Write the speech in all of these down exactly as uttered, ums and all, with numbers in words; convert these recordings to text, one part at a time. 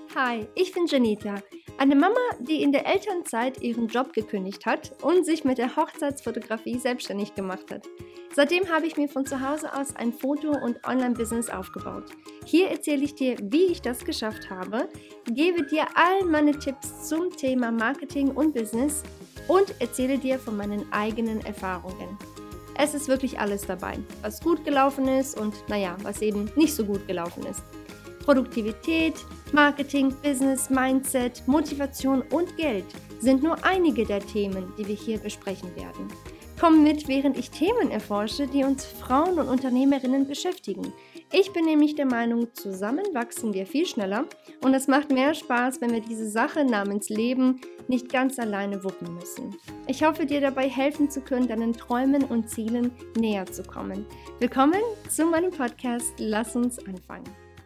Hi, ich bin Janita, eine Mama, die in der Elternzeit ihren Job gekündigt hat und sich mit der Hochzeitsfotografie selbstständig gemacht hat. Seitdem habe ich mir von zu Hause aus ein Foto- und Online-Business aufgebaut. Hier erzähle ich dir, wie ich das geschafft habe, gebe dir all meine Tipps zum Thema Marketing und Business und erzähle dir von meinen eigenen Erfahrungen. Es ist wirklich alles dabei, was gut gelaufen ist und naja, was eben nicht so gut gelaufen ist. Produktivität, Marketing, Business, Mindset, Motivation und Geld sind nur einige der Themen, die wir hier besprechen werden. Komm mit, während ich Themen erforsche, die uns Frauen und Unternehmerinnen beschäftigen. Ich bin nämlich der Meinung, zusammen wachsen wir viel schneller und es macht mehr Spaß, wenn wir diese Sache namens Leben nicht ganz alleine wuppen müssen. Ich hoffe, dir dabei helfen zu können, deinen Träumen und Zielen näher zu kommen. Willkommen zu meinem Podcast. Lass uns anfangen.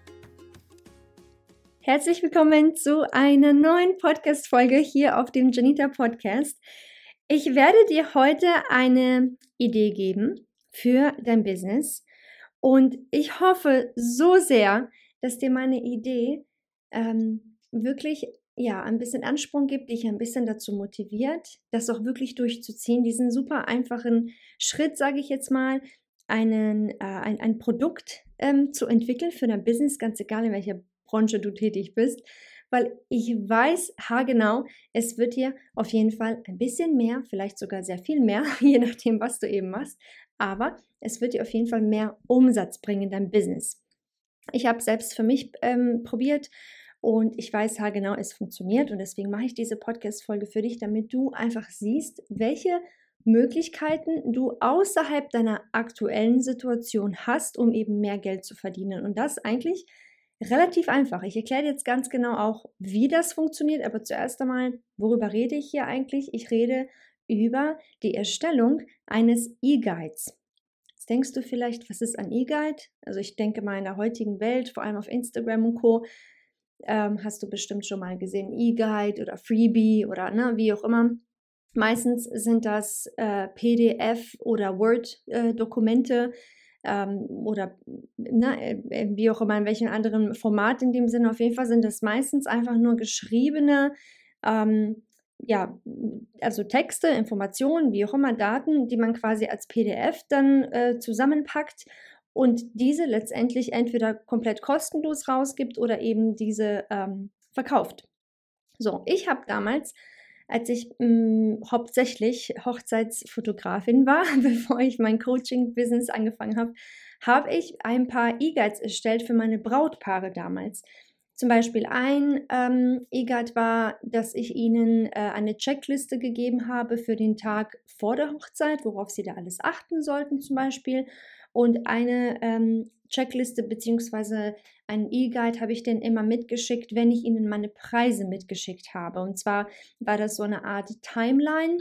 Herzlich willkommen zu einer neuen Podcast-Folge hier auf dem Janita Podcast. Ich werde dir heute eine Idee geben für dein Business und ich hoffe so sehr, dass dir meine Idee ähm, wirklich ja, ein bisschen Ansporn gibt, dich ein bisschen dazu motiviert, das auch wirklich durchzuziehen, diesen super einfachen Schritt, sage ich jetzt mal, einen, äh, ein, ein Produkt ähm, zu entwickeln für dein Business, ganz egal in welcher Branche du tätig bist, weil ich weiß haargenau, es wird dir auf jeden Fall ein bisschen mehr, vielleicht sogar sehr viel mehr, je nachdem, was du eben machst, aber es wird dir auf jeden Fall mehr Umsatz bringen in deinem Business. Ich habe selbst für mich ähm, probiert und ich weiß haargenau, es funktioniert und deswegen mache ich diese Podcast-Folge für dich, damit du einfach siehst, welche Möglichkeiten du außerhalb deiner aktuellen Situation hast, um eben mehr Geld zu verdienen und das eigentlich relativ einfach. Ich erkläre dir jetzt ganz genau auch, wie das funktioniert, aber zuerst einmal, worüber rede ich hier eigentlich? Ich rede über die Erstellung eines E-Guides. Jetzt denkst du vielleicht, was ist ein E-Guide? Also ich denke mal in der heutigen Welt, vor allem auf Instagram und Co., ähm, hast du bestimmt schon mal gesehen, E-Guide oder Freebie oder ne, wie auch immer. Meistens sind das äh, P D F oder Word-Dokumente, ähm, oder ne, wie auch immer, in welchem anderen Format in dem Sinne. Auf jeden Fall sind das meistens einfach nur geschriebene, ähm, ja, also Texte, Informationen, wie auch immer, Daten, die man quasi als P D F dann äh, zusammenpackt und diese letztendlich entweder komplett kostenlos rausgibt oder eben diese ähm, verkauft. So, ich habe damals, als ich mh, hauptsächlich Hochzeitsfotografin war, bevor ich mein Coaching-Business angefangen habe, habe ich ein paar E-Guides erstellt für meine Brautpaare damals. Zum Beispiel ein ähm, E-Guide war, dass ich ihnen äh, eine Checkliste gegeben habe für den Tag vor der Hochzeit, worauf sie da alles achten sollten zum Beispiel. Und eine ähm, Checkliste bzw. einen E-Guide habe ich denen immer mitgeschickt, wenn ich ihnen meine Preise mitgeschickt habe. Und zwar war das so eine Art Timeline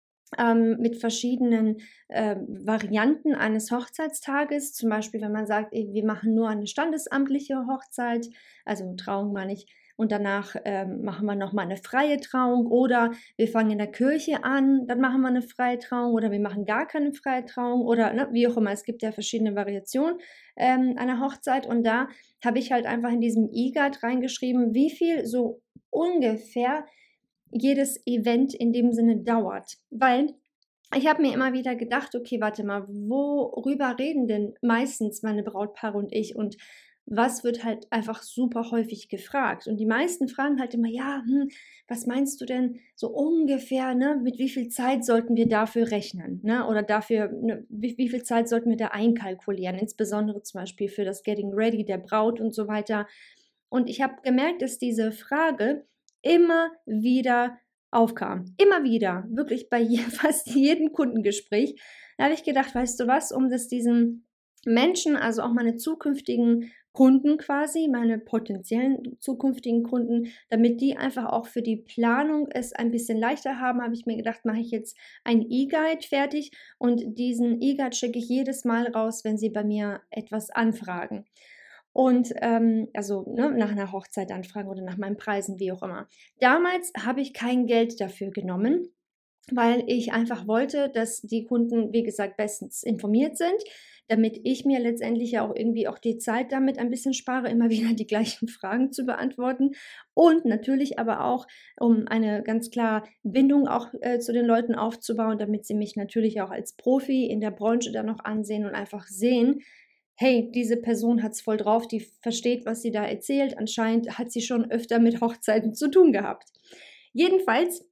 ähm, mit verschiedenen äh, Varianten eines Hochzeitstages. Zum Beispiel, wenn man sagt, ey, wir machen nur eine standesamtliche Hochzeit, also Trauung meine ich, und danach ähm, machen wir nochmal eine freie Trauung oder wir fangen in der Kirche an, dann machen wir eine freie Trauung oder wir machen gar keine freie Trauung oder ne, wie auch immer. Es gibt ja verschiedene Variationen ähm, einer Hochzeit und da habe ich halt einfach in diesem E-Guide reingeschrieben, wie viel so ungefähr jedes Event in dem Sinne dauert, weil ich habe mir immer wieder gedacht, okay, warte mal, worüber reden denn meistens meine Brautpaare und ich und was wird halt einfach super häufig gefragt? Und die meisten fragen halt immer, ja, hm, was meinst du denn so ungefähr, ne, mit wie viel Zeit sollten wir dafür rechnen, ne, oder dafür, ne, wie, wie viel Zeit sollten wir da einkalkulieren, insbesondere zum Beispiel für das Getting Ready der Braut und so weiter. Und ich habe gemerkt, dass diese Frage immer wieder aufkam. Immer wieder, wirklich bei je, fast jedem Kundengespräch. Da habe ich gedacht, weißt du was, um das diesen Menschen, also auch meine zukünftigen Kunden quasi, meine potenziellen zukünftigen Kunden, damit die einfach auch für die Planung es ein bisschen leichter haben, habe ich mir gedacht, mache ich jetzt ein E-Guide fertig und diesen E-Guide schicke ich jedes Mal raus, wenn sie bei mir etwas anfragen. Und ähm, also ne, nach einer Hochzeit anfragen oder nach meinen Preisen, wie auch immer. Damals habe ich kein Geld dafür genommen, weil ich einfach wollte, dass die Kunden, wie gesagt, bestens informiert sind, damit ich mir letztendlich ja auch irgendwie auch die Zeit damit ein bisschen spare, immer wieder die gleichen Fragen zu beantworten und natürlich aber auch, um eine ganz klar Bindung auch äh, zu den Leuten aufzubauen, damit sie mich natürlich auch als Profi in der Branche dann noch ansehen und einfach sehen, hey, diese Person hat's voll drauf, die versteht, was sie da erzählt. Anscheinend hat sie schon öfter mit Hochzeiten zu tun gehabt. Jedenfalls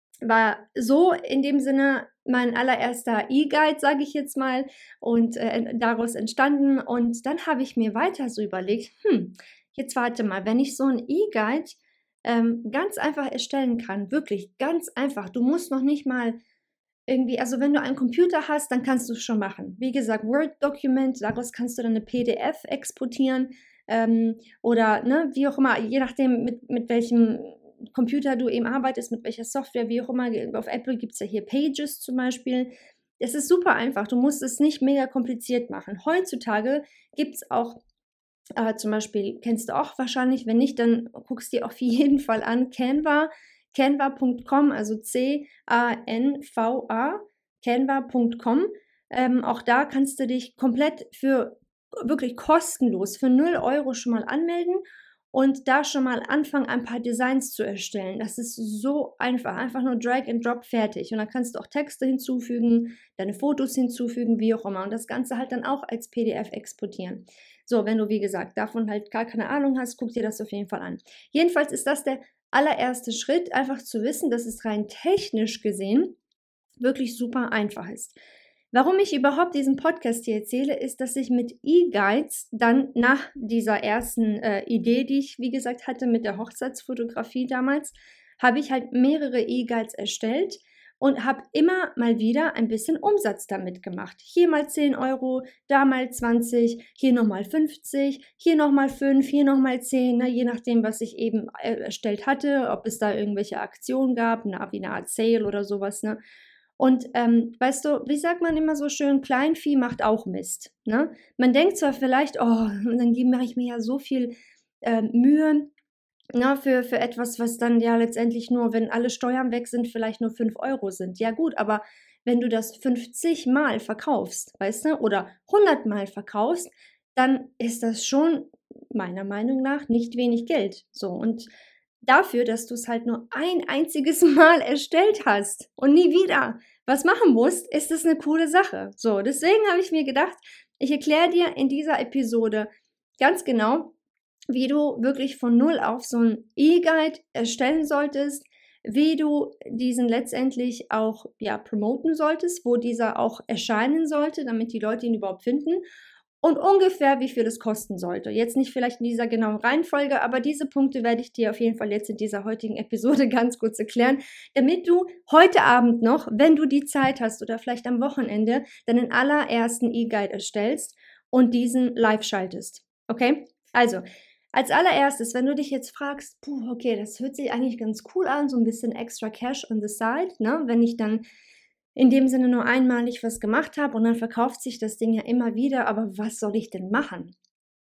war so in dem Sinne mein allererster E-Guide, sage ich jetzt mal, und äh, daraus entstanden. Und dann habe ich mir weiter so überlegt, hm, jetzt warte mal, wenn ich so ein E-Guide ähm, ganz einfach erstellen kann, wirklich ganz einfach, du musst noch nicht mal irgendwie, also wenn du einen Computer hast, dann kannst du es schon machen. Wie gesagt, Word-Dokument, daraus kannst du dann eine P D F exportieren ähm, oder ne, wie auch immer, je nachdem, mit, mit welchem Computer du eben arbeitest, mit welcher Software, wie auch immer. Auf Apple gibt es ja hier Pages zum Beispiel. Es ist super einfach. Du musst es nicht mega kompliziert machen. Heutzutage gibt es auch äh, zum Beispiel, kennst du auch wahrscheinlich, wenn nicht, dann guckst du dir auf jeden Fall an, Canva, canva punkt com, also C A N V A, canva punkt com. Ähm, auch da kannst du dich komplett für wirklich kostenlos für null Euro schon mal anmelden und da schon mal anfangen, ein paar Designs zu erstellen. Das ist so einfach, einfach nur Drag and Drop fertig. Und dann kannst du auch Texte hinzufügen, deine Fotos hinzufügen, wie auch immer. Und das Ganze halt dann auch als P D F exportieren. So, wenn du, wie gesagt, davon halt gar keine Ahnung hast, guck dir das auf jeden Fall an. Jedenfalls ist das der allererste Schritt, einfach zu wissen, dass es rein technisch gesehen wirklich super einfach ist. Warum ich überhaupt diesen Podcast hier erzähle, ist, dass ich mit E-Guides dann nach dieser ersten äh, Idee, die ich, wie gesagt, hatte mit der Hochzeitsfotografie damals, habe ich halt mehrere E-Guides erstellt und habe immer mal wieder ein bisschen Umsatz damit gemacht. Hier mal zehn Euro, da mal zwanzig, hier nochmal fünfzig, hier nochmal fünf, hier nochmal zehn, ne, je nachdem, was ich eben erstellt hatte, ob es da irgendwelche Aktionen gab, na, wie eine Art Sale oder sowas, ne. Und ähm, weißt du, wie sagt man immer so schön, Kleinvieh macht auch Mist. Ne? Man denkt zwar vielleicht, oh, dann mache ich mir ja so viel äh, Mühe na, für, für etwas, was dann ja letztendlich nur, wenn alle Steuern weg sind, vielleicht nur fünf Euro sind. Ja gut, aber wenn du das fünfzig Mal verkaufst, weißt du, oder hundert Mal verkaufst, dann ist das schon meiner Meinung nach nicht wenig Geld. So, und dafür, dass du es halt nur ein einziges Mal erstellt hast und nie wieder was machen musst, ist es eine coole Sache. So, deswegen habe ich mir gedacht, ich erkläre dir in dieser Episode ganz genau, wie du wirklich von null auf so einen E-Guide erstellen solltest, wie du diesen letztendlich auch ja, promoten solltest, wo dieser auch erscheinen sollte, damit die Leute ihn überhaupt finden. Und ungefähr, wie viel es kosten sollte. Jetzt nicht vielleicht in dieser genauen Reihenfolge, aber diese Punkte werde ich dir auf jeden Fall jetzt in dieser heutigen Episode ganz kurz erklären, damit du heute Abend noch, wenn du die Zeit hast oder vielleicht am Wochenende, deinen allerersten E-Guide erstellst und diesen live schaltest. Okay? Also, als allererstes, wenn du dich jetzt fragst, puh, okay, das hört sich eigentlich ganz cool an, so ein bisschen extra Cash on the side, ne? Wenn ich dann in dem Sinne nur einmalig was gemacht habe und dann verkauft sich das Ding ja immer wieder, aber was soll ich denn machen?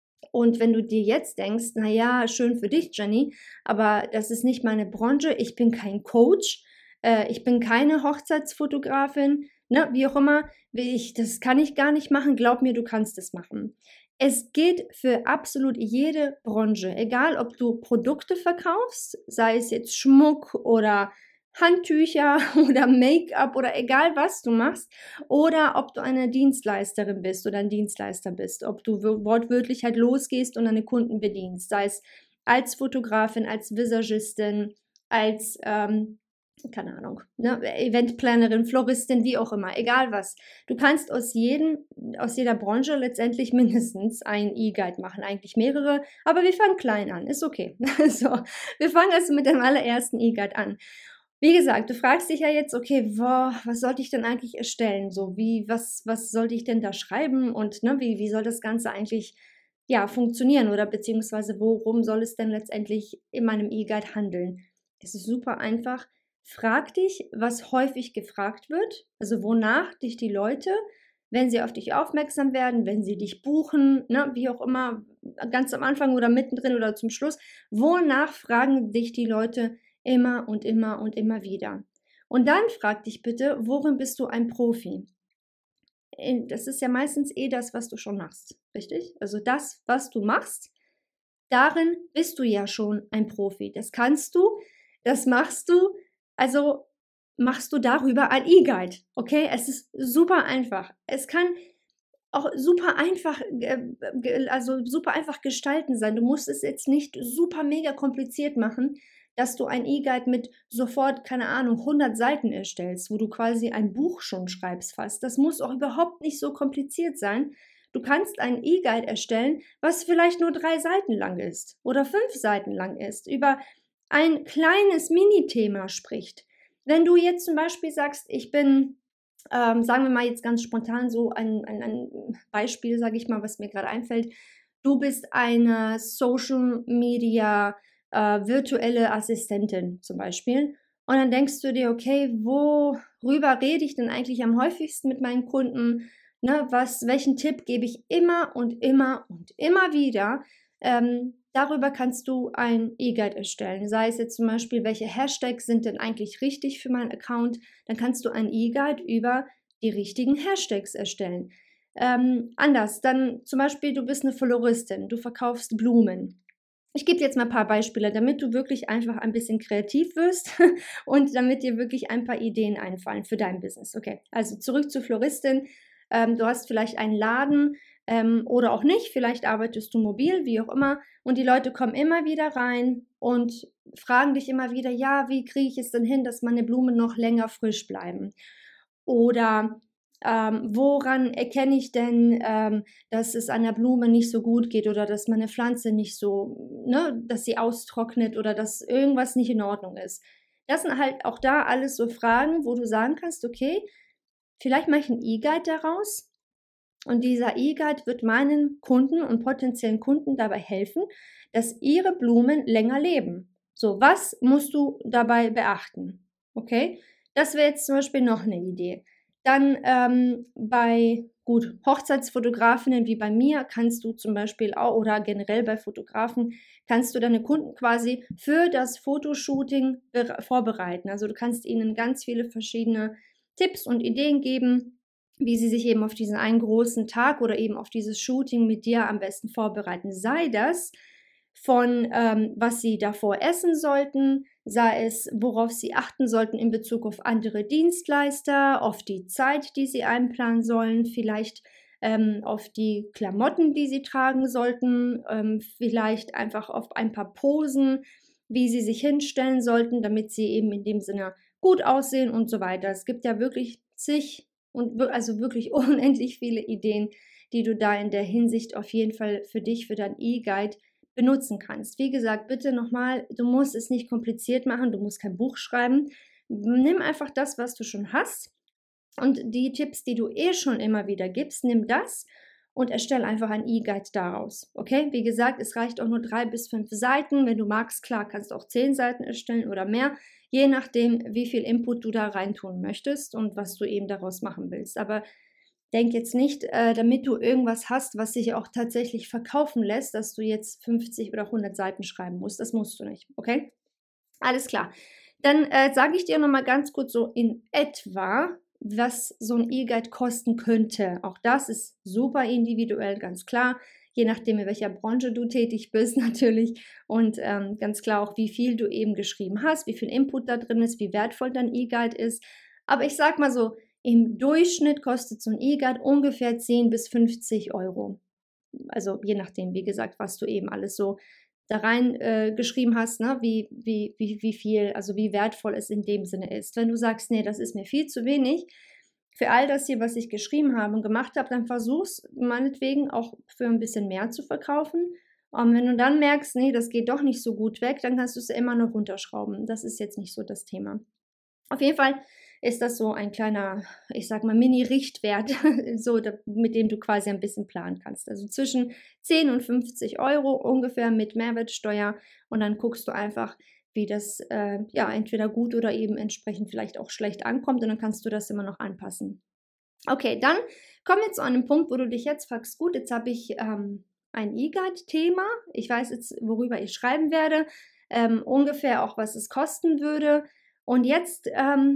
Und wenn du dir jetzt denkst, naja, schön für dich, Jenny, aber das ist nicht meine Branche, ich bin kein Coach, äh, ich bin keine Hochzeitsfotografin, ne, wie auch immer, ich, das kann ich gar nicht machen, glaub mir, du kannst es machen. Es geht für absolut jede Branche, egal ob du Produkte verkaufst, sei es jetzt Schmuck oder Handtücher oder Make-up oder egal was du machst oder ob du eine Dienstleisterin bist oder ein Dienstleister bist, ob du wortwörtlich halt losgehst und deine Kunden bedienst, sei es als Fotografin, als Visagistin, als, ähm, keine Ahnung, ne, Eventplanerin, Floristin, wie auch immer, egal was. Du kannst aus jedem, aus jeder Branche letztendlich mindestens ein E-Guide machen, eigentlich mehrere, aber wir fangen klein an, ist okay. So, wir fangen also mit dem allerersten E-Guide an. Wie gesagt, du fragst dich ja jetzt, okay, boah, was sollte ich denn eigentlich erstellen? So, wie, was, was sollte ich denn da schreiben? Und ne, wie, wie soll das Ganze eigentlich ja, funktionieren? Oder beziehungsweise worum soll es denn letztendlich in meinem E-Guide handeln? Es ist super einfach. Frag dich, was häufig gefragt wird, also wonach dich die Leute, wenn sie auf dich aufmerksam werden, wenn sie dich buchen, ne, wie auch immer, ganz am Anfang oder mittendrin oder zum Schluss, wonach fragen dich die Leute immer und immer und immer wieder. Und dann frag dich bitte, worin bist du ein Profi? das ist ja meistens eh das, was du schon machst, richtig? Also das, was du machst, darin bist du ja schon ein Profi. Das kannst du, das machst du, also machst du darüber ein E-Guide, okay? Es ist super einfach. Es kann auch super einfach, äh, also super einfach gestalten sein. Du musst es jetzt nicht super mega kompliziert machen, dass du ein E-Guide mit sofort, keine Ahnung, hundert Seiten erstellst, wo du quasi ein Buch schon schreibst fast. Das muss auch überhaupt nicht so kompliziert sein. Du kannst ein E-Guide erstellen, was vielleicht nur drei Seiten lang ist oder fünf Seiten lang ist, über ein kleines Mini-Thema spricht. Wenn du jetzt zum Beispiel sagst, ich bin, ähm, sagen wir mal jetzt ganz spontan so ein, ein, ein Beispiel, sage ich mal, was mir gerade einfällt. Du bist eine Social Media äh, virtuelle Assistentin zum Beispiel. Und dann denkst du dir, okay, worüber rede ich denn eigentlich am häufigsten mit meinen Kunden? Ne, was, welchen Tipp gebe ich immer und immer und immer wieder? Ähm, darüber kannst du ein E-Guide erstellen. Sei es jetzt zum Beispiel, welche Hashtags sind denn eigentlich richtig für meinen Account? Dann kannst du ein E-Guide über die richtigen Hashtags erstellen. Ähm, anders, dann zum Beispiel, du bist eine Floristin, du verkaufst Blumen. Ich gebe dir jetzt mal ein paar Beispiele, damit du wirklich einfach ein bisschen kreativ wirst und damit dir wirklich ein paar Ideen einfallen für dein Business. Okay, also zurück zur Floristin. Ähm, du hast vielleicht einen Laden ähm, oder auch nicht, vielleicht arbeitest du mobil, wie auch immer, und die Leute kommen immer wieder rein und fragen dich immer wieder, ja, wie kriege ich es denn hin, dass meine Blumen noch länger frisch bleiben? Oder ähm, woran erkenne ich denn, ähm, dass es einer Blume nicht so gut geht oder dass meine Pflanze nicht so, ne, dass sie austrocknet oder dass irgendwas nicht in Ordnung ist? Das sind halt auch da alles so Fragen, wo du sagen kannst, okay, vielleicht mache ich einen E-Guide daraus und dieser E-Guide wird meinen Kunden und potenziellen Kunden dabei helfen, dass ihre Blumen länger leben. So, was musst du dabei beachten? Okay, das wäre jetzt zum Beispiel noch eine Idee. Dann ähm, bei, gut, Hochzeitsfotografinnen wie bei mir kannst du zum Beispiel auch, oder generell bei Fotografen, kannst du deine Kunden quasi für das Fotoshooting vorbereiten. Also du kannst ihnen ganz viele verschiedene Tipps und Ideen geben, wie sie sich eben auf diesen einen großen Tag oder eben auf dieses Shooting mit dir am besten vorbereiten. Sei das von, ähm, was sie davor essen sollten, sei es, worauf sie achten sollten in Bezug auf andere Dienstleister, auf die Zeit, die sie einplanen sollen, vielleicht ähm, auf die Klamotten, die sie tragen sollten, ähm, vielleicht einfach auf ein paar Posen, wie sie sich hinstellen sollten, damit sie eben in dem Sinne gut aussehen und so weiter. Es gibt ja wirklich zig und also wirklich unendlich viele Ideen, die du da in der Hinsicht auf jeden Fall für dich, für dein E-Guide benutzen kannst. Wie gesagt, bitte nochmal, du musst es nicht kompliziert machen, du musst kein Buch schreiben. Nimm einfach das, was du schon hast und die Tipps, die du eh schon immer wieder gibst, nimm das und erstelle einfach ein E-Guide daraus. Okay, wie gesagt, es reicht auch nur drei bis fünf Seiten. Wenn du magst, klar, kannst du auch zehn Seiten erstellen oder mehr, je nachdem, wie viel Input du da reintun möchtest und was du eben daraus machen willst. Aber denk jetzt nicht, äh, damit du irgendwas hast, was sich auch tatsächlich verkaufen lässt, dass du jetzt fünfzig oder hundert Seiten schreiben musst. Das musst du nicht, okay? Alles klar. Dann äh, sage ich dir nochmal ganz kurz so in etwa, was so ein E-Guide kosten könnte. Auch das ist super individuell, ganz klar. Je nachdem, in welcher Branche du tätig bist natürlich. Und ähm, ganz klar auch, wie viel du eben geschrieben hast, wie viel Input da drin ist, wie wertvoll dein E-Guide ist. Aber ich sag mal so, im Durchschnitt kostet so ein E-Guide ungefähr zehn bis fünfzig Euro. Also je nachdem, wie gesagt, was du eben alles so da rein äh, geschrieben hast, ne? wie, wie, wie, wie viel, also wie wertvoll es in dem Sinne ist. Wenn du sagst, nee, das ist mir viel zu wenig, für all das hier, was ich geschrieben habe und gemacht habe, dann versuch's meinetwegen auch für ein bisschen mehr zu verkaufen. Und wenn du dann merkst, nee, das geht doch nicht so gut weg, dann kannst du es immer noch runterschrauben. Das ist jetzt nicht so das Thema. Auf jeden Fall ist das so ein kleiner, ich sag mal, Mini-Richtwert, so, mit dem du quasi ein bisschen planen kannst. Also zwischen zehn und fünfzig Euro ungefähr mit Mehrwertsteuer und dann guckst du einfach, wie das äh, ja entweder gut oder eben entsprechend vielleicht auch schlecht ankommt und dann kannst du das immer noch anpassen. Okay, dann kommen wir zu einem Punkt, wo du dich jetzt fragst, gut, jetzt habe ich ähm, ein E-Guide-Thema, ich weiß jetzt, worüber ich schreiben werde, ähm, ungefähr auch, was es kosten würde. Und jetzt ähm,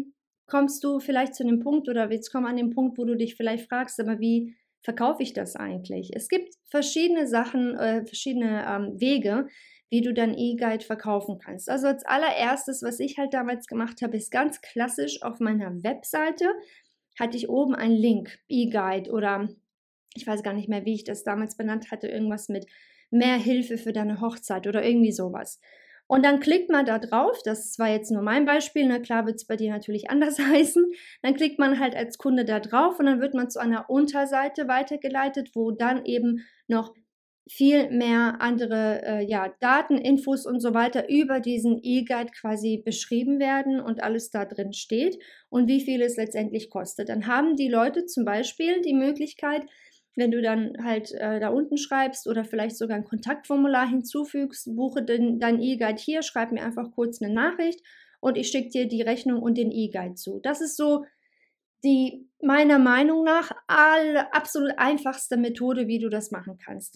kommst du vielleicht zu dem Punkt oder jetzt komm an den Punkt, wo du dich vielleicht fragst, aber wie verkaufe ich das eigentlich? Es gibt verschiedene Sachen, äh, verschiedene ähm, Wege, wie du dein E-Guide verkaufen kannst. Also als allererstes, was ich halt damals gemacht habe, ist ganz klassisch auf meiner Webseite hatte ich oben einen Link, E-Guide oder ich weiß gar nicht mehr, wie ich das damals benannt hatte, irgendwas mit mehr Hilfe für deine Hochzeit oder irgendwie sowas. Und dann klickt man da drauf, das war jetzt nur mein Beispiel, na klar wird es bei dir natürlich anders heißen, dann klickt man halt als Kunde da drauf und dann wird man zu einer Unterseite weitergeleitet, wo dann eben noch viel mehr andere äh, ja, Daten, Infos und so weiter über diesen E-Guide quasi beschrieben werden und alles da drin steht und wie viel es letztendlich kostet. Dann haben die Leute zum Beispiel die Möglichkeit, wenn du dann halt äh, da unten schreibst oder vielleicht sogar ein Kontaktformular hinzufügst, buche den, dein E-Guide hier, schreib mir einfach kurz eine Nachricht und ich schicke dir die Rechnung und den E-Guide zu. Das ist so die meiner Meinung nach all, absolut einfachste Methode, wie du das machen kannst.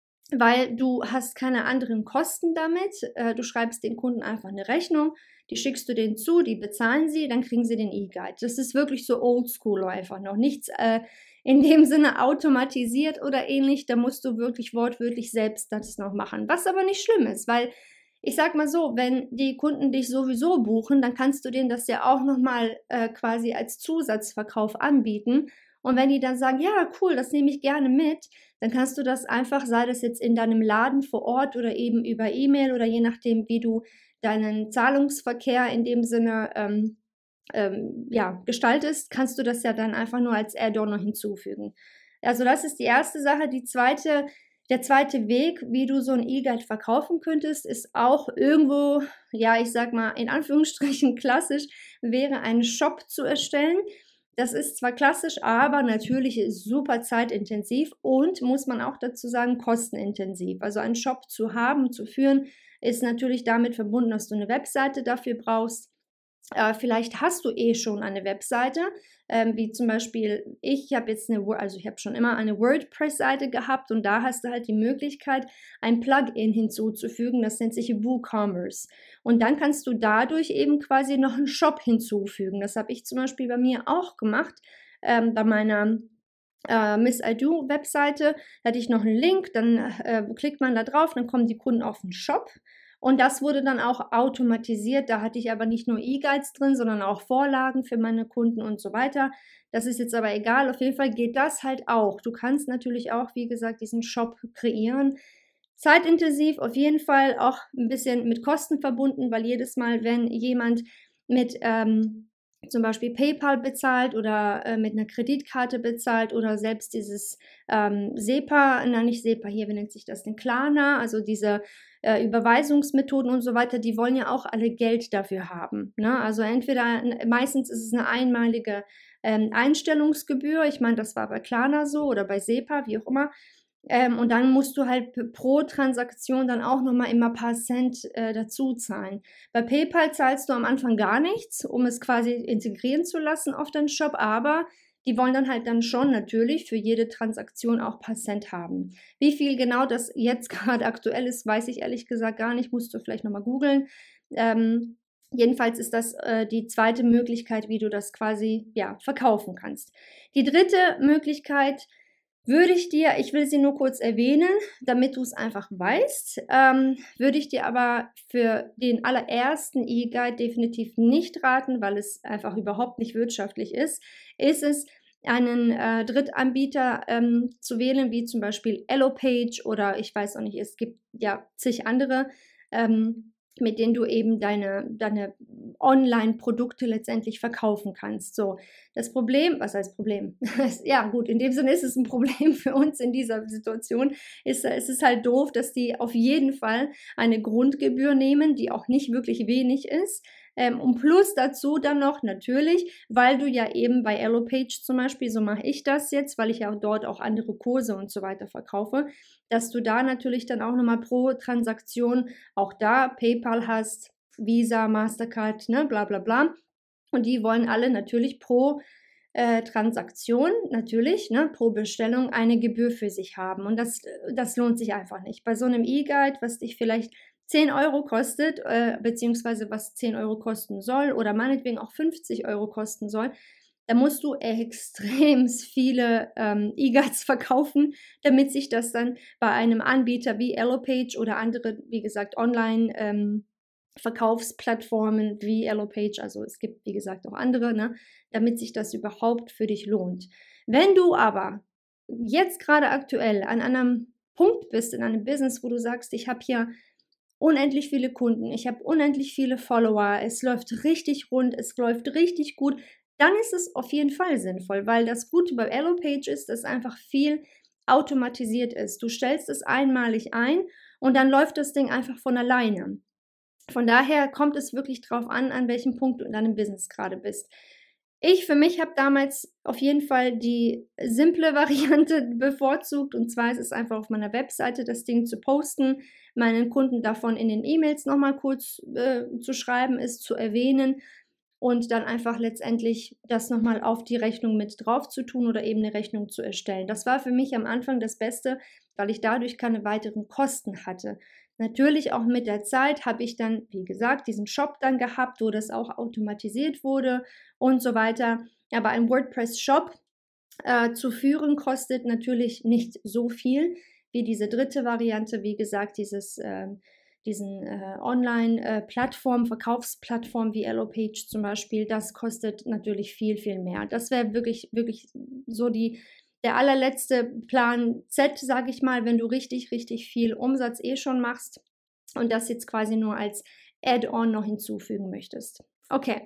Weil du hast keine anderen Kosten damit. Äh, du schreibst den Kunden einfach eine Rechnung, die schickst du denen zu, die bezahlen sie, dann kriegen sie den E-Guide. Das ist wirklich so oldschool einfach noch. Nichts äh, in dem Sinne automatisiert oder ähnlich. Da musst du wirklich wortwörtlich selbst das noch machen. Was aber nicht schlimm ist, weil ich sag mal so, wenn die Kunden dich sowieso buchen, dann kannst du denen das ja auch nochmal äh, quasi als Zusatzverkauf anbieten. Und wenn die dann sagen, ja, cool, das nehme ich gerne mit, dann kannst du das einfach, sei das jetzt in deinem Laden vor Ort oder eben über E-Mail oder je nachdem, wie du deinen Zahlungsverkehr in dem Sinne ähm, ähm, ja, gestaltest, kannst du das ja dann einfach nur als Add-on noch hinzufügen. Also das ist die erste Sache. Die zweite, der zweite Weg, wie du so ein E-Guide verkaufen könntest, ist auch irgendwo, ja, ich sag mal in Anführungsstrichen klassisch, wäre einen Shop zu erstellen. Das ist zwar klassisch, aber natürlich super zeitintensiv und, muss man auch dazu sagen, kostenintensiv. Also einen Shop zu haben, zu führen, ist natürlich damit verbunden, dass du eine Webseite dafür brauchst. Äh, vielleicht hast du eh schon eine Webseite, ähm, wie zum Beispiel ich habe jetzt eine, also ich habe schon immer eine WordPress-Seite gehabt und da hast du halt die Möglichkeit, ein Plugin hinzuzufügen, das nennt sich WooCommerce. Und dann kannst du dadurch eben quasi noch einen Shop hinzufügen. Das habe ich zum Beispiel bei mir auch gemacht, ähm, bei meiner äh, Miss I Do Webseite hatte ich noch einen Link, dann äh, klickt man da drauf, dann kommen die Kunden auf den Shop. Und das wurde dann auch automatisiert. Da hatte ich aber nicht nur E-Guides drin, sondern auch Vorlagen für meine Kunden und so weiter. Das ist jetzt aber egal. Auf jeden Fall geht das halt auch. Du kannst natürlich auch, wie gesagt, diesen Shop kreieren. Zeitintensiv, auf jeden Fall auch ein bisschen mit Kosten verbunden, weil jedes Mal, wenn jemand mit ähm, zum Beispiel PayPal bezahlt oder äh, mit einer Kreditkarte bezahlt oder selbst dieses ähm, SEPA, nein, nicht SEPA, hier, wie nennt sich das denn, Klarna, also diese äh, Überweisungsmethoden und so weiter, die wollen ja auch alle Geld dafür haben. Ne? Also entweder, meistens ist es eine einmalige ähm, Einstellungsgebühr, ich meine, das war bei Klarna so oder bei SEPA, wie auch immer. Ähm, und dann musst du halt pro Transaktion dann auch nochmal immer ein paar Cent äh, dazu zahlen. Bei PayPal zahlst du am Anfang gar nichts, um es quasi integrieren zu lassen auf deinen Shop, aber die wollen dann halt dann schon natürlich für jede Transaktion auch ein paar Cent haben. Wie viel genau das jetzt gerade aktuell ist, weiß ich ehrlich gesagt gar nicht, musst du vielleicht nochmal googeln. Ähm, jedenfalls ist das äh, die zweite Möglichkeit, wie du das quasi ja, verkaufen kannst. Die dritte Möglichkeit würde ich dir, ich will sie nur kurz erwähnen, damit du es einfach weißt, ähm, würde ich dir aber für den allerersten E-Guide definitiv nicht raten, weil es einfach überhaupt nicht wirtschaftlich ist, ist es, einen äh, Drittanbieter ähm, zu wählen, wie zum Beispiel Elopage oder ich weiß auch nicht, es gibt ja zig andere, ähm, mit denen du eben deine, deine Online-Produkte letztendlich verkaufen kannst. So, das Problem, was heißt Problem? Ja gut, in dem Sinne ist es ein Problem für uns in dieser Situation, ist, es ist halt doof, dass die auf jeden Fall eine Grundgebühr nehmen, die auch nicht wirklich wenig ist. Ähm, und plus dazu dann noch natürlich, weil du ja eben bei Elopage zum Beispiel, so mache ich das jetzt, weil ich ja dort auch andere Kurse und so weiter verkaufe, dass du da natürlich dann auch nochmal pro Transaktion auch da PayPal hast, Visa, Mastercard, ne, bla bla bla. Und die wollen alle natürlich pro äh, Transaktion, natürlich, ne, pro Bestellung eine Gebühr für sich haben. Und das, das lohnt sich einfach nicht. Bei so einem E-Guide, was dich vielleicht zehn Euro kostet, äh, beziehungsweise was zehn Euro kosten soll oder meinetwegen auch fünfzig Euro kosten soll, da musst du extrem viele ähm, E-Guides verkaufen, damit sich das dann bei einem Anbieter wie Elopage oder andere, wie gesagt, online ähm, Verkaufsplattformen wie Elopage, also es gibt, wie gesagt, auch andere, ne, damit sich das überhaupt für dich lohnt. Wenn du aber jetzt gerade aktuell an einem Punkt bist in einem Business, wo du sagst, ich habe hier unendlich viele Kunden, ich habe unendlich viele Follower, es läuft richtig rund, es läuft richtig gut, dann ist es auf jeden Fall sinnvoll, weil das Gute bei Elopage ist, dass einfach viel automatisiert ist. Du stellst es einmalig ein und dann läuft das Ding einfach von alleine. Von daher kommt es wirklich drauf an, an welchem Punkt du in deinem Business gerade bist. Ich für mich habe damals auf jeden Fall die simple Variante bevorzugt, und zwar ist es einfach auf meiner Webseite das Ding zu posten, meinen Kunden davon in den E-Mails nochmal kurz äh, zu schreiben, es zu erwähnen und dann einfach letztendlich das nochmal auf die Rechnung mit drauf zu tun oder eben eine Rechnung zu erstellen. Das war für mich am Anfang das Beste, weil ich dadurch keine weiteren Kosten hatte. Natürlich auch mit der Zeit habe ich dann, wie gesagt, diesen Shop dann gehabt, wo das auch automatisiert wurde und so weiter. Aber ein WordPress-Shop äh, zu führen kostet natürlich nicht so viel wie diese dritte Variante, wie gesagt, dieses äh, diesen äh, Online-Plattform, äh, Verkaufsplattform wie Elopage zum Beispiel, das kostet natürlich viel, viel mehr. Das wäre wirklich, wirklich so die, der allerletzte Plan Z, sage ich mal, wenn du richtig, richtig viel Umsatz eh schon machst und das jetzt quasi nur als Add-on noch hinzufügen möchtest. Okay,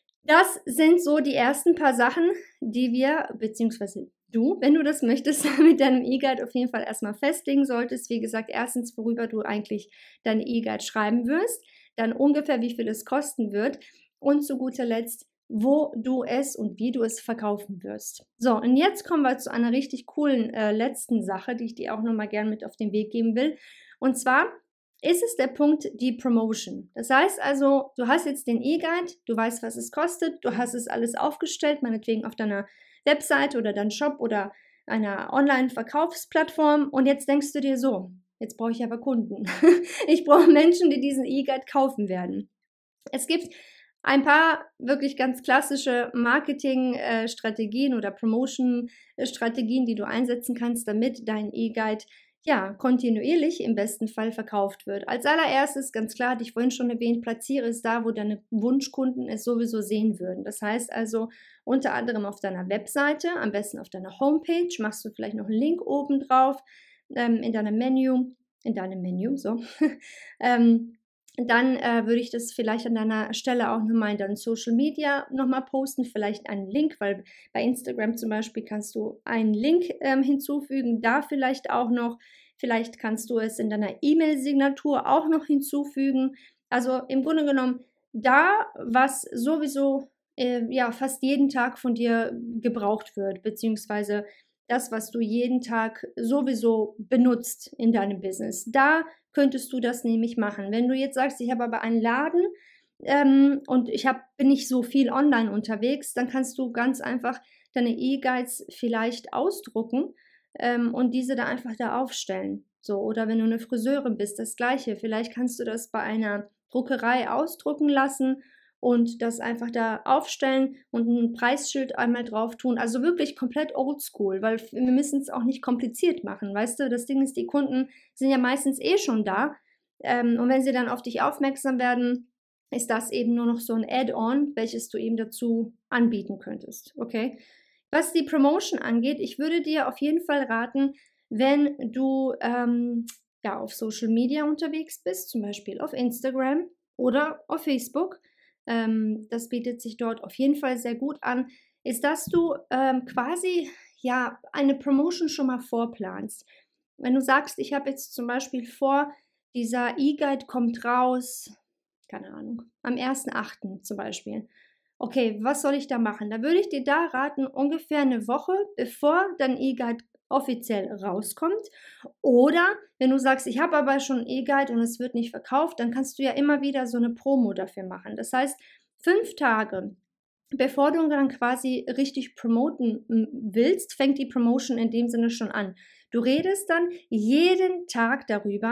das sind so die ersten paar Sachen, die wir, beziehungsweise du, wenn du das möchtest, mit deinem E-Guide auf jeden Fall erstmal festlegen solltest. Wie gesagt, erstens, worüber du eigentlich deine E-Guide schreiben wirst, dann ungefähr, wie viel es kosten wird und zu guter Letzt, wo du es und wie du es verkaufen wirst. So, und jetzt kommen wir zu einer richtig coolen äh, letzten Sache, die ich dir auch nochmal gerne mit auf den Weg geben will. Und zwar ist es der Punkt, die Promotion. Das heißt also, du hast jetzt den E-Guide, du weißt, was es kostet, du hast es alles aufgestellt, meinetwegen auf deiner Website oder deinem Shop oder einer Online-Verkaufsplattform und jetzt denkst du dir so, jetzt brauche ich aber Kunden. Ich brauche Menschen, die diesen E-Guide kaufen werden. Es gibt ein paar wirklich ganz klassische Marketing-Strategien oder Promotion-Strategien, die du einsetzen kannst, damit dein E-Guide ja, kontinuierlich im besten Fall verkauft wird. Als allererstes, ganz klar, hatte ich vorhin schon erwähnt, platziere es da, wo deine Wunschkunden es sowieso sehen würden. Das heißt also unter anderem auf deiner Webseite, am besten auf deiner Homepage, machst du vielleicht noch einen Link oben drauf, ähm, in deinem Menü, in deinem Menü, so. ähm, dann äh, würde ich das vielleicht an deiner Stelle auch nochmal in deinen Social Media nochmal posten, vielleicht einen Link, weil bei Instagram zum Beispiel kannst du einen Link ähm, hinzufügen, da vielleicht auch noch, vielleicht kannst du es in deiner E-Mail-Signatur auch noch hinzufügen. Also im Grunde genommen da, was sowieso äh, ja fast jeden Tag von dir gebraucht wird, beziehungsweise das, was du jeden Tag sowieso benutzt in deinem Business. Da könntest du das nämlich machen. Wenn du jetzt sagst, ich habe aber einen Laden ähm, und ich hab, bin nicht so viel online unterwegs, dann kannst du ganz einfach deine E-Guides vielleicht ausdrucken ähm, und diese da einfach da aufstellen. So, oder wenn du eine Friseurin bist, das Gleiche. Vielleicht kannst du das bei einer Druckerei ausdrucken lassen und das einfach da aufstellen und ein Preisschild einmal drauf tun. Also wirklich komplett oldschool, weil wir müssen es auch nicht kompliziert machen, weißt du? Das Ding ist, die Kunden sind ja meistens eh schon da ähm, und wenn sie dann auf dich aufmerksam werden, ist das eben nur noch so ein Add-on, welches du eben dazu anbieten könntest, okay? Was die Promotion angeht, ich würde dir auf jeden Fall raten, wenn du ähm, ja, auf Social Media unterwegs bist, zum Beispiel auf Instagram oder auf Facebook, ähm, das bietet sich dort auf jeden Fall sehr gut an, ist, dass du ähm, quasi ja eine Promotion schon mal vorplanst. Wenn du sagst, ich habe jetzt zum Beispiel vor, dieser E-Guide kommt raus, keine Ahnung, am ersten achten zum Beispiel. Okay, was soll ich da machen? Da würde ich dir da raten, ungefähr eine Woche, bevor dein E-Guide offiziell rauskommt. Oder wenn du sagst, ich habe aber schon einen E-Guide und es wird nicht verkauft, dann kannst du ja immer wieder so eine Promo dafür machen. Das heißt, fünf Tage bevor du dann quasi richtig promoten willst, fängt die Promotion in dem Sinne schon an. Du redest dann jeden Tag darüber,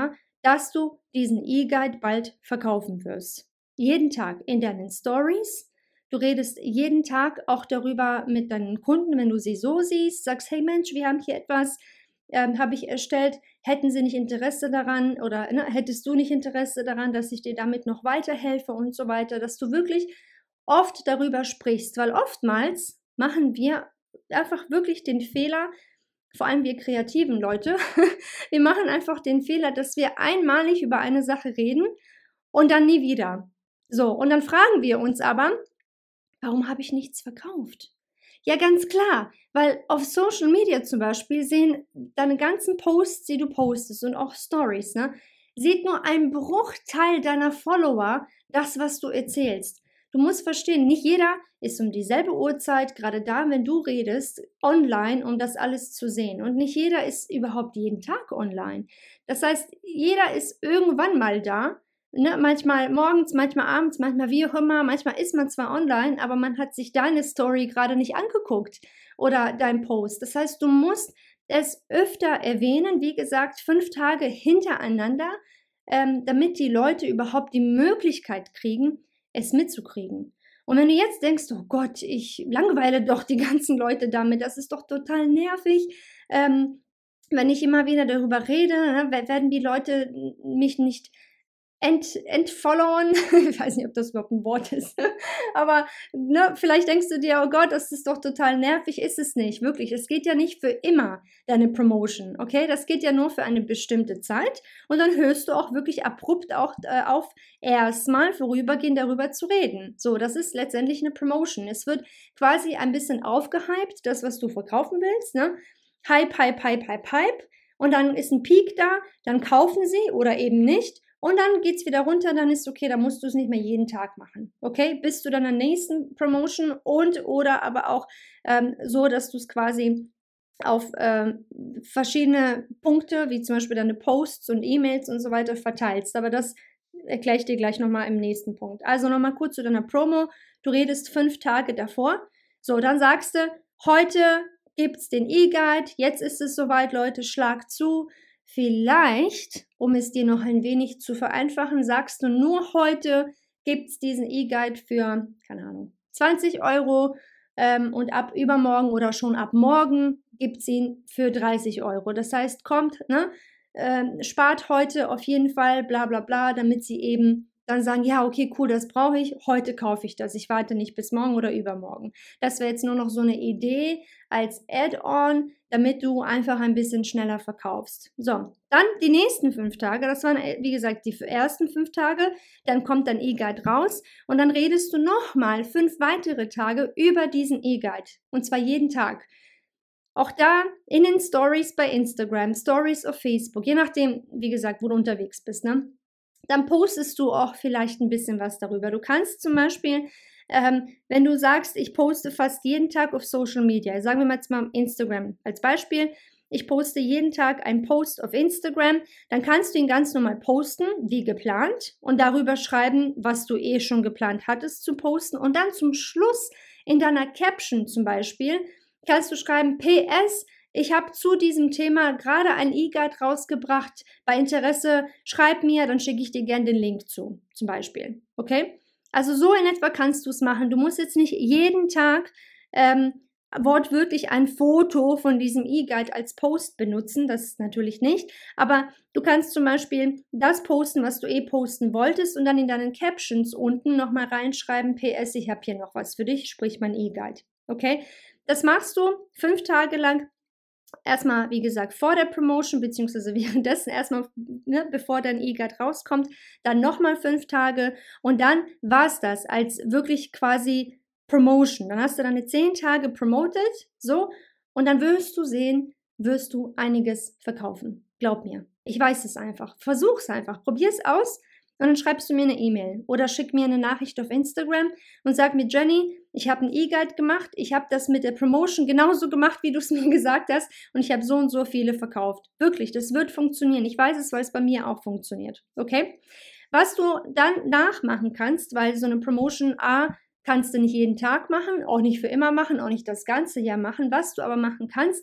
dass du diesen E-Guide bald verkaufen wirst. Jeden Tag in deinen Stories. Du redest jeden Tag auch darüber mit deinen Kunden, wenn du sie so siehst, sagst, hey Mensch, wir haben hier etwas, ähm, habe ich erstellt, hätten sie nicht Interesse daran oder ne, hättest du nicht Interesse daran, dass ich dir damit noch weiterhelfe und so weiter, dass du wirklich oft darüber sprichst, weil oftmals machen wir einfach wirklich den Fehler, vor allem wir kreativen Leute, wir machen einfach den Fehler, dass wir einmalig über eine Sache reden und dann nie wieder. So, und dann fragen wir uns aber, warum habe ich nichts verkauft? Ja, ganz klar, weil auf Social Media zum Beispiel sehen deine ganzen Posts, die du postest und auch Stories, ne, sieht nur ein Bruchteil deiner Follower das, was du erzählst. Du musst verstehen, nicht jeder ist um dieselbe Uhrzeit, gerade da, wenn du redest, online, um das alles zu sehen. Und nicht jeder ist überhaupt jeden Tag online. Das heißt, jeder ist irgendwann mal da. Ne, manchmal morgens, manchmal abends, manchmal wie auch immer, manchmal ist man zwar online, aber man hat sich deine Story gerade nicht angeguckt oder dein Post. Das heißt, du musst es öfter erwähnen, wie gesagt, fünf Tage hintereinander, ähm, damit die Leute überhaupt die Möglichkeit kriegen, es mitzukriegen. Und wenn du jetzt denkst, oh Gott, ich langweile doch die ganzen Leute damit, das ist doch total nervig, ähm, wenn ich immer wieder darüber rede, ne, werden die Leute mich nicht Ent, entfollowen, ich weiß nicht, ob das überhaupt ein Wort ist, aber ne, vielleicht denkst du dir, oh Gott, das ist doch total nervig, ist es nicht, wirklich, es geht ja nicht für immer, deine Promotion, okay, das geht ja nur für eine bestimmte Zeit und dann hörst du auch wirklich abrupt auch äh, auf, erstmal vorübergehend darüber zu reden, so, das ist letztendlich eine Promotion, es wird quasi ein bisschen aufgehypt, das, was du verkaufen willst, ne, Hype, Hype, Hype, Hype, Hype und dann ist ein Peak da, dann kaufen sie oder eben nicht. Und dann geht es wieder runter, dann ist okay, dann musst du es nicht mehr jeden Tag machen. Okay, bis zu deiner nächsten Promotion und oder aber auch ähm, so, dass du es quasi auf ähm, verschiedene Punkte, wie zum Beispiel deine Posts und E-Mails und so weiter verteilst. Aber das erkläre ich dir gleich nochmal im nächsten Punkt. Also nochmal kurz zu deiner Promo. Du redest fünf Tage davor. So, dann sagst du, heute gibt es den E-Guide, jetzt ist es soweit, Leute, schlag zu. Vielleicht, um es dir noch ein wenig zu vereinfachen, sagst du, nur heute gibt es diesen E-Guide für, keine Ahnung, zwanzig Euro ähm, und ab übermorgen oder schon ab morgen gibt es ihn für dreißig Euro. Das heißt, kommt, ne, ähm, spart heute auf jeden Fall, bla bla bla, damit sie eben dann sagen, ja, okay, cool, das brauche ich, heute kaufe ich das, ich warte nicht bis morgen oder übermorgen. Das wäre jetzt nur noch so eine Idee als Add-on, damit du einfach ein bisschen schneller verkaufst. So, dann die nächsten fünf Tage, das waren, wie gesagt, die ersten fünf Tage, dann kommt dein E-Guide raus und dann redest du nochmal fünf weitere Tage über diesen E-Guide und zwar jeden Tag. Auch da in den Stories bei Instagram, Stories auf Facebook, je nachdem, wie gesagt, wo du unterwegs bist, ne? Dann postest du auch vielleicht ein bisschen was darüber. Du kannst zum Beispiel, ähm, wenn du sagst, ich poste fast jeden Tag auf Social Media, sagen wir mal jetzt mal Instagram als Beispiel, ich poste jeden Tag einen Post auf Instagram, dann kannst du ihn ganz normal posten, wie geplant, und darüber schreiben, was du eh schon geplant hattest zu posten. Und dann zum Schluss in deiner Caption zum Beispiel kannst du schreiben, P S, ich habe zu diesem Thema gerade ein E-Guide rausgebracht. Bei Interesse, schreib mir, dann schicke ich dir gerne den Link zu, zum Beispiel. Okay? Also so in etwa kannst du es machen. Du musst jetzt nicht jeden Tag ähm, wortwörtlich ein Foto von diesem E-Guide als Post benutzen. Das ist natürlich nicht. Aber du kannst zum Beispiel das posten, was du eh posten wolltest und dann in deinen Captions unten nochmal reinschreiben, P S, ich habe hier noch was für dich, sprich mein E-Guide. Okay? Das machst du fünf Tage lang. Erstmal, wie gesagt, vor der Promotion, beziehungsweise währenddessen erstmal, ne, bevor dein E-Guide rauskommt, dann nochmal fünf Tage und dann war es das als wirklich quasi Promotion. Dann hast du deine zehn Tage promoted, so, und dann wirst du sehen, wirst du einiges verkaufen. Glaub mir. Ich weiß es einfach. Versuch's einfach. Probier's aus. Und dann schreibst du mir eine E-Mail oder schick mir eine Nachricht auf Instagram und sag mir, Jenny, ich habe einen E-Guide gemacht, ich habe das mit der Promotion genauso gemacht, wie du es mir gesagt hast und ich habe so und so viele verkauft. Wirklich, das wird funktionieren. Ich weiß es, weil es bei mir auch funktioniert. Okay? Was du dann nachmachen kannst, weil so eine Promotion A kannst du nicht jeden Tag machen, auch nicht für immer machen, auch nicht das ganze Jahr machen. Was du aber machen kannst,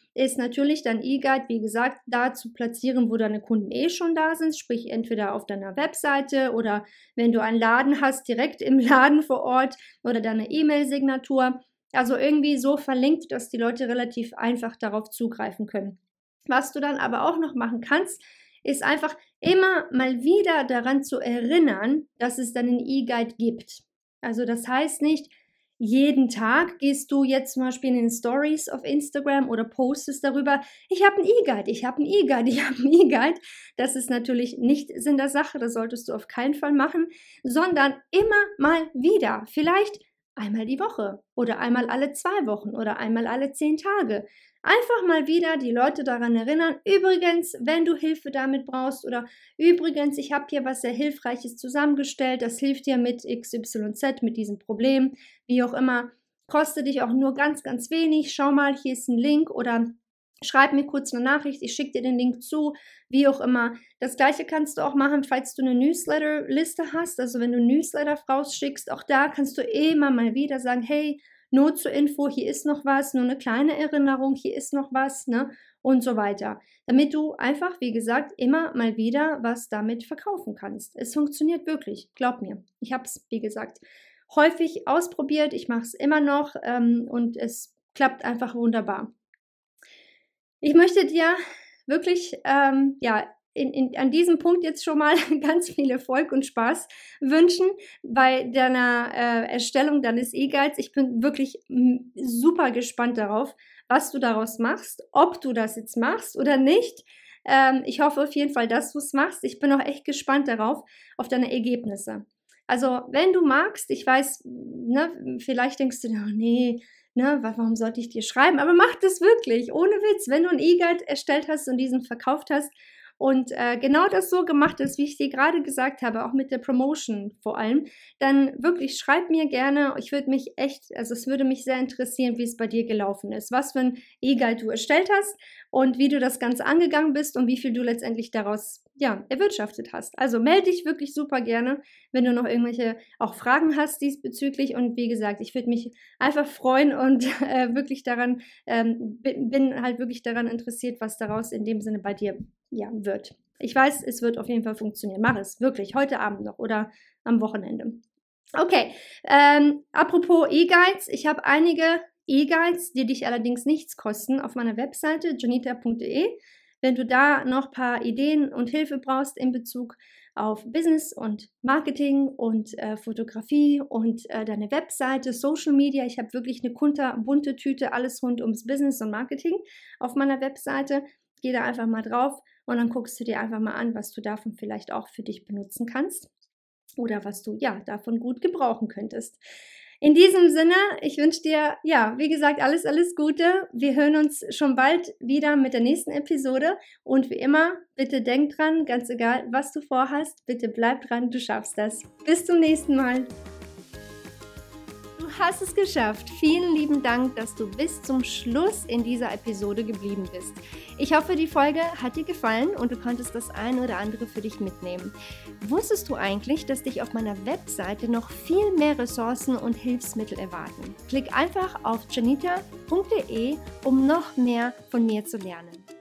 ist natürlich dein E-Guide, wie gesagt, da zu platzieren, wo deine Kunden eh schon da sind, sprich entweder auf deiner Webseite oder wenn du einen Laden hast, direkt im Laden vor Ort oder deine E-Mail-Signatur. Also irgendwie so verlinkt, dass die Leute relativ einfach darauf zugreifen können. Was du dann aber auch noch machen kannst, ist einfach immer mal wieder daran zu erinnern, dass es dann einen E-Guide gibt. Also das heißt nicht, jeden Tag gehst du jetzt zum Beispiel in den Stories auf Instagram oder postest darüber, ich habe einen E-Guide, ich habe einen E-Guide, ich habe einen E-Guide. Das ist natürlich nicht Sinn der Sache, das solltest du auf keinen Fall machen, sondern immer mal wieder, vielleicht einmal die Woche oder einmal alle zwei Wochen oder einmal alle zehn Tage. Einfach mal wieder die Leute daran erinnern, übrigens, wenn du Hilfe damit brauchst oder übrigens, ich habe hier was sehr Hilfreiches zusammengestellt, das hilft dir mit X Y Z, mit diesem Problem, wie auch immer, kostet dich auch nur ganz, ganz wenig, schau mal, hier ist ein Link oder schreib mir kurz eine Nachricht, ich schicke dir den Link zu, wie auch immer. Das gleiche kannst du auch machen, falls du eine Newsletter-Liste hast, also wenn du Newsletter rausschickst, auch da kannst du immer mal wieder sagen, hey, nur zur Info, hier ist noch was, nur eine kleine Erinnerung, hier ist noch was, ne, und so weiter. Damit du einfach, wie gesagt, immer mal wieder was damit verkaufen kannst. Es funktioniert wirklich, glaub mir. Ich habe es, wie gesagt, häufig ausprobiert, ich mache es immer noch ähm, und es klappt einfach wunderbar. Ich möchte dir wirklich, ähm, ja, In, in, an diesem Punkt jetzt schon mal ganz viel Erfolg und Spaß wünschen bei deiner äh, Erstellung deines E-Guides. Ich bin wirklich m, super gespannt darauf, was du daraus machst, ob du das jetzt machst oder nicht. Ähm, ich hoffe auf jeden Fall, dass du es machst. Ich bin auch echt gespannt darauf, auf deine Ergebnisse. Also, wenn du magst, ich weiß, ne, vielleicht denkst du, oh, nee, ne, warum sollte ich dir schreiben? Aber mach das wirklich, ohne Witz. Wenn du einen E-Guide erstellt hast und diesen verkauft hast, und äh, genau das so gemacht ist, wie ich dir gerade gesagt habe, auch mit der Promotion vor allem, dann wirklich schreib mir gerne, ich würde mich echt, also es würde mich sehr interessieren, wie es bei dir gelaufen ist, was für ein E-Guide du erstellt hast und wie du das Ganze angegangen bist und wie viel du letztendlich daraus, ja, erwirtschaftet hast. Also melde dich wirklich super gerne, wenn du noch irgendwelche auch Fragen hast diesbezüglich und wie gesagt, ich würde mich einfach freuen und äh, wirklich daran, ähm, bin, bin halt wirklich daran interessiert, was daraus in dem Sinne bei dir ja, wird. Ich weiß, es wird auf jeden Fall funktionieren. Mach es, wirklich, heute Abend noch oder am Wochenende. Okay, ähm, apropos E-Guides, ich habe einige E-Guides, die dich allerdings nichts kosten, auf meiner Webseite janita punkt de. Wenn du da noch ein paar Ideen und Hilfe brauchst in Bezug auf Business und Marketing und äh, Fotografie und äh, deine Webseite, Social Media, ich habe wirklich eine kunter, bunte Tüte, alles rund ums Business und Marketing auf meiner Webseite. Geh da einfach mal drauf und dann guckst du dir einfach mal an, was du davon vielleicht auch für dich benutzen kannst oder was du ja davon gut gebrauchen könntest. In diesem Sinne, ich wünsche dir, ja, wie gesagt, alles, alles Gute. Wir hören uns schon bald wieder mit der nächsten Episode und wie immer, bitte denk dran, ganz egal, was du vorhast, bitte bleib dran, du schaffst das. Bis zum nächsten Mal. Du hast es geschafft. Vielen lieben Dank, dass du bis zum Schluss in dieser Episode geblieben bist. Ich hoffe, die Folge hat dir gefallen und du konntest das ein oder andere für dich mitnehmen. Wusstest du eigentlich, dass dich auf meiner Webseite noch viel mehr Ressourcen und Hilfsmittel erwarten? Klick einfach auf janita punkt de, um noch mehr von mir zu lernen.